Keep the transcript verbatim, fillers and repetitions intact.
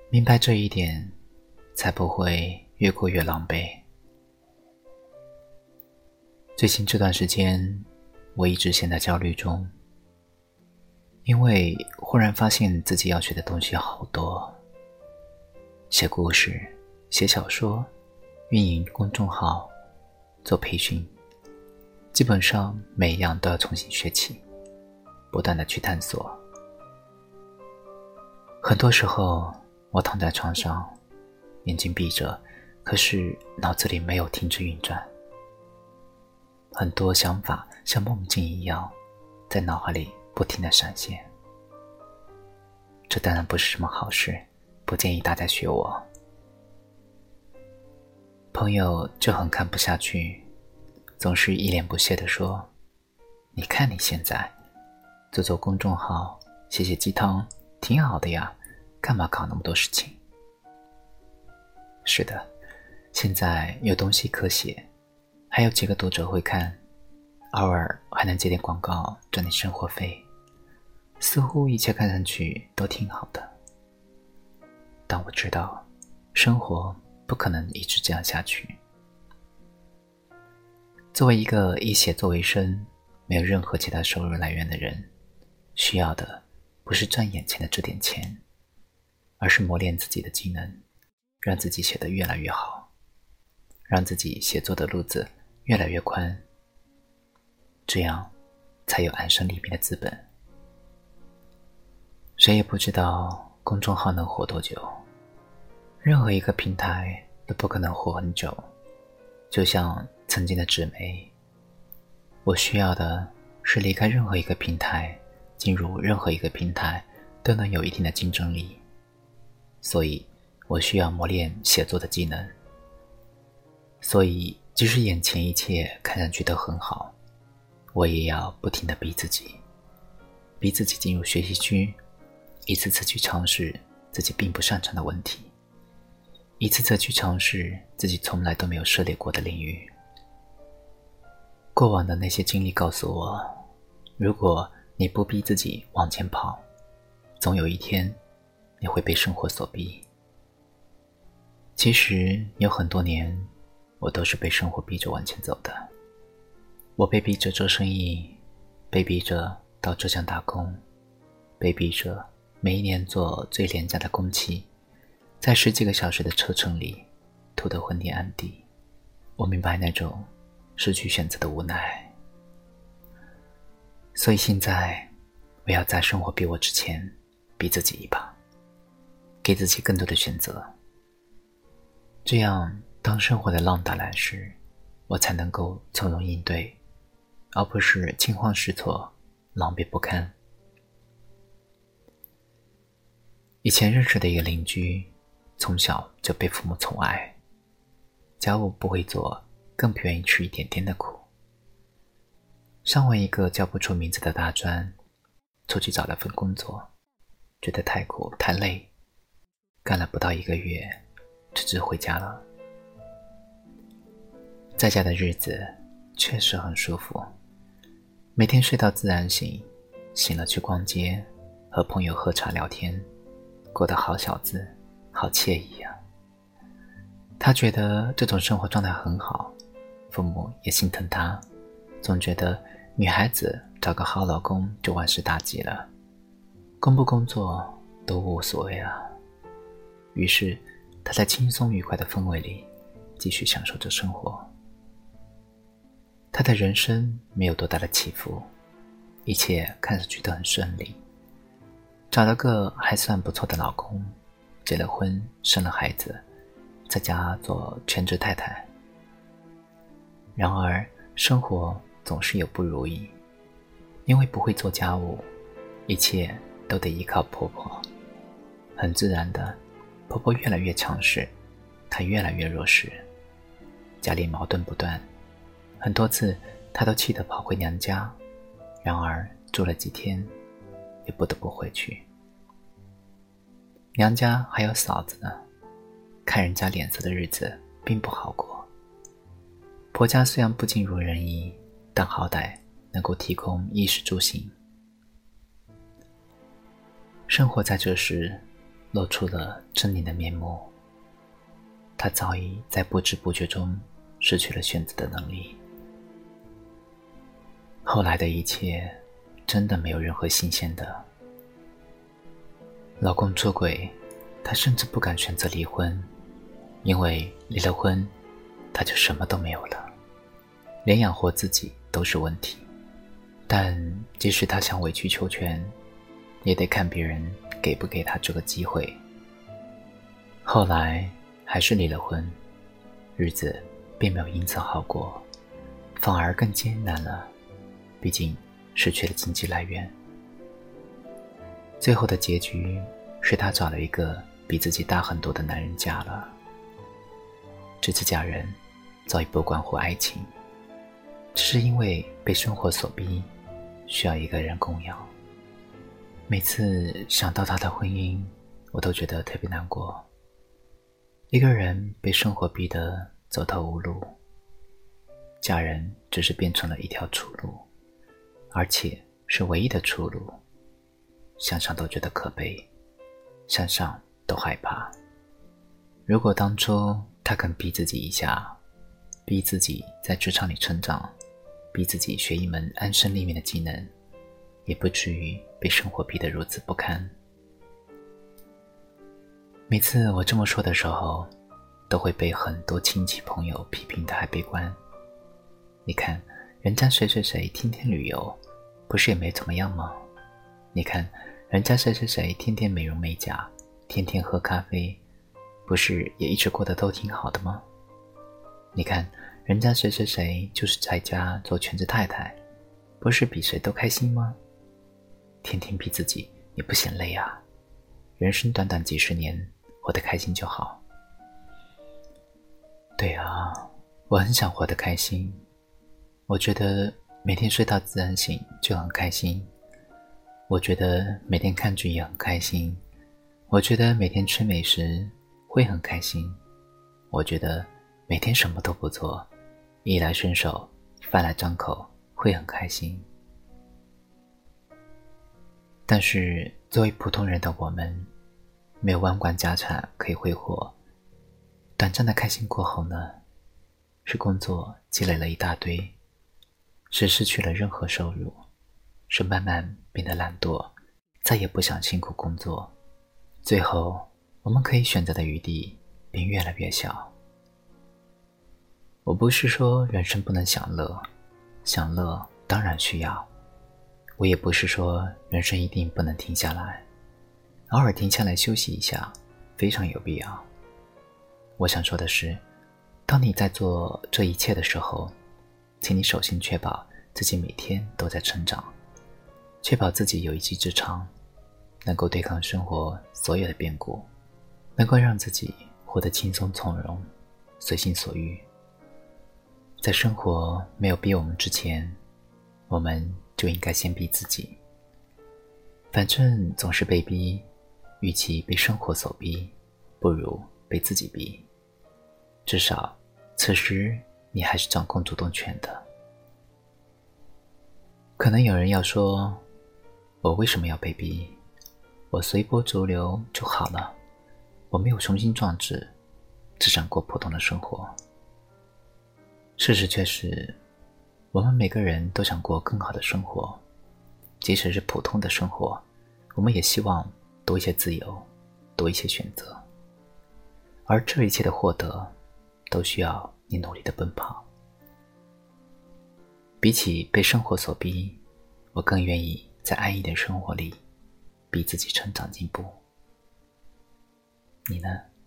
明白这一点，才不会越过越狼狈。最近这段时间，我一直陷在焦虑中，因为忽然发现自己要学的东西好多，写故事、写小说、运营公众号、做培训，基本上每一样都要重新学起，不断地去探索。很多时候我躺在床上，眼睛闭着，可是脑子里没有停止运转，很多想法像梦境一样在脑海里不停地闪现。这当然不是什么好事，不建议大家学我。朋友就很看不下去，总是一脸不屑地说，你看你现在做做公众号，写写鸡汤挺好的呀，干嘛搞那么多事情？是的，现在有东西可写，还有几个读者会看，偶尔还能接点广告赚点生活费，似乎一切看上去都挺好的。但我知道生活不可能一直这样下去。作为一个以写作为生，没有任何其他收入来源的人，需要的不是赚眼前的这点钱，而是磨练自己的技能，让自己写得越来越好，让自己写作的路子越来越宽，这样才有安身立命的资本。谁也不知道公众号能活多久，任何一个平台都不可能活很久，就像曾经的纸媒，我需要的是离开任何一个平台，进入任何一个平台都能有一定的竞争力，所以我需要磨练写作的技能。所以即使眼前一切看上去都很好，我也要不停地逼自己，逼自己进入学习区，一次次去尝试自己并不擅长的问题，一次次去尝试自己从来都没有涉猎过的领域。过往的那些经历告诉我，如果你不逼自己往前跑，总有一天你会被生活所逼。其实有很多年，我都是被生活逼着往前走的。我被逼着做生意，被逼着到浙江打工，被逼着每一年做最廉价的工期，在十几个小时的车程里吐得昏天暗地。我明白那种失去选择的无奈，所以现在我要在生活逼我之前逼自己一把，给自己更多的选择，这样当生活的浪打来时，我才能够从容应对，而不是惊慌失措，狼狈不堪。以前认识的一个邻居，从小就被父母宠爱，家务不会做，更不愿意吃一点点的苦。上完一个叫不出名字的大专，出去找了份工作，觉得太苦太累，干了不到一个月，辞职回家了。在家的日子确实很舒服，每天睡到自然醒，醒了去逛街，和朋友喝茶聊天，过得好小资，好惬意啊。他觉得这种生活状态很好，父母也心疼他，总觉得女孩子找个好老公就万事大吉了，工不工作都无所谓啊。于是他在轻松愉快的氛围里继续享受着生活。他的人生没有多大的起伏，一切看上去都很顺利，找了个还算不错的老公，结了婚，生了孩子，在家做全职太太。然而生活总是有不如意，因为不会做家务，一切都得依靠婆婆。很自然的，婆婆越来越强势，她越来越弱势，家里矛盾不断，很多次她都气得跑回娘家，然而住了几天也不得不回去。娘家还有嫂子呢，看人家脸色的日子并不好过。婆家虽然不尽如人意，但好歹能够提供衣食住行。生活在这时， 露出了狰狞的面目。他早已在不知不觉中失去了选择的能力。后来的一切真的没有任何新鲜的。老公出轨，她甚至不敢选择离婚，因为离了婚，她就什么都没有了，连养活自己都是问题。但即使她想委曲求全，也得看别人给不给她这个机会。后来还是离了婚，日子并没有因此好过，反而更艰难了，毕竟失去了经济来源。最后的结局是她找了一个比自己大很多的男人嫁了。这次嫁人早已不关乎爱情，只是因为被生活所逼，需要一个人供养。每次想到她的婚姻，我都觉得特别难过。一个人被生活逼得走投无路，嫁人只是变成了一条出路，而且是唯一的出路。想想都觉得可悲，想想都害怕。如果当初他肯逼自己一下，逼自己在职场里成长，逼自己学一门安身立命的技能，也不至于被生活逼得如此不堪。每次我这么说的时候，都会被很多亲戚朋友批评得还悲观。你看人家谁谁谁天天旅游，不是也没怎么样吗？你看人家谁谁谁天天美容美甲，天天喝咖啡，不是也一直过得都挺好的吗？你看人家谁谁谁就是在家做全职太太，不是比谁都开心吗？天天逼自己也不嫌累啊，人生短短几十年，活得开心就好。对啊，我很想活得开心，我觉得每天睡到自然醒就很开心，我觉得每天看剧也很开心，我觉得每天吃美食会很开心，我觉得每天什么都不做，衣来伸手饭来张口会很开心。但是作为普通人的我们，没有万贯家产可以挥霍，短暂的开心过后呢，是工作积累了一大堆，是失去了任何收入，是慢慢变得懒惰，再也不想辛苦工作，最后我们可以选择的余地便越来越小。我不是说人生不能享乐，享乐当然需要，我也不是说人生一定不能停下来，偶尔停下来休息一下非常有必要。我想说的是，当你在做这一切的时候，请你首先确保自己每天都在成长，确保自己有一技之长，能够对抗生活所有的变故，能够让自己活得轻松从容，随心所欲。在生活没有逼我们之前，我们就应该先逼自己。反正总是被逼，与其被生活所逼，不如被自己逼。至少此时你还是掌控主动权的。可能有人要说，我为什么要被逼？我随波逐流就好了，我没有雄心壮志，只想过普通的生活。事实却是，我们每个人都想过更好的生活，即使是普通的生活，我们也希望多一些自由，多一些选择。而这一切的获得，都需要你努力的奔跑。比起被生活所逼，我更愿意在安逸的生活里逼自己成长进步。你呢？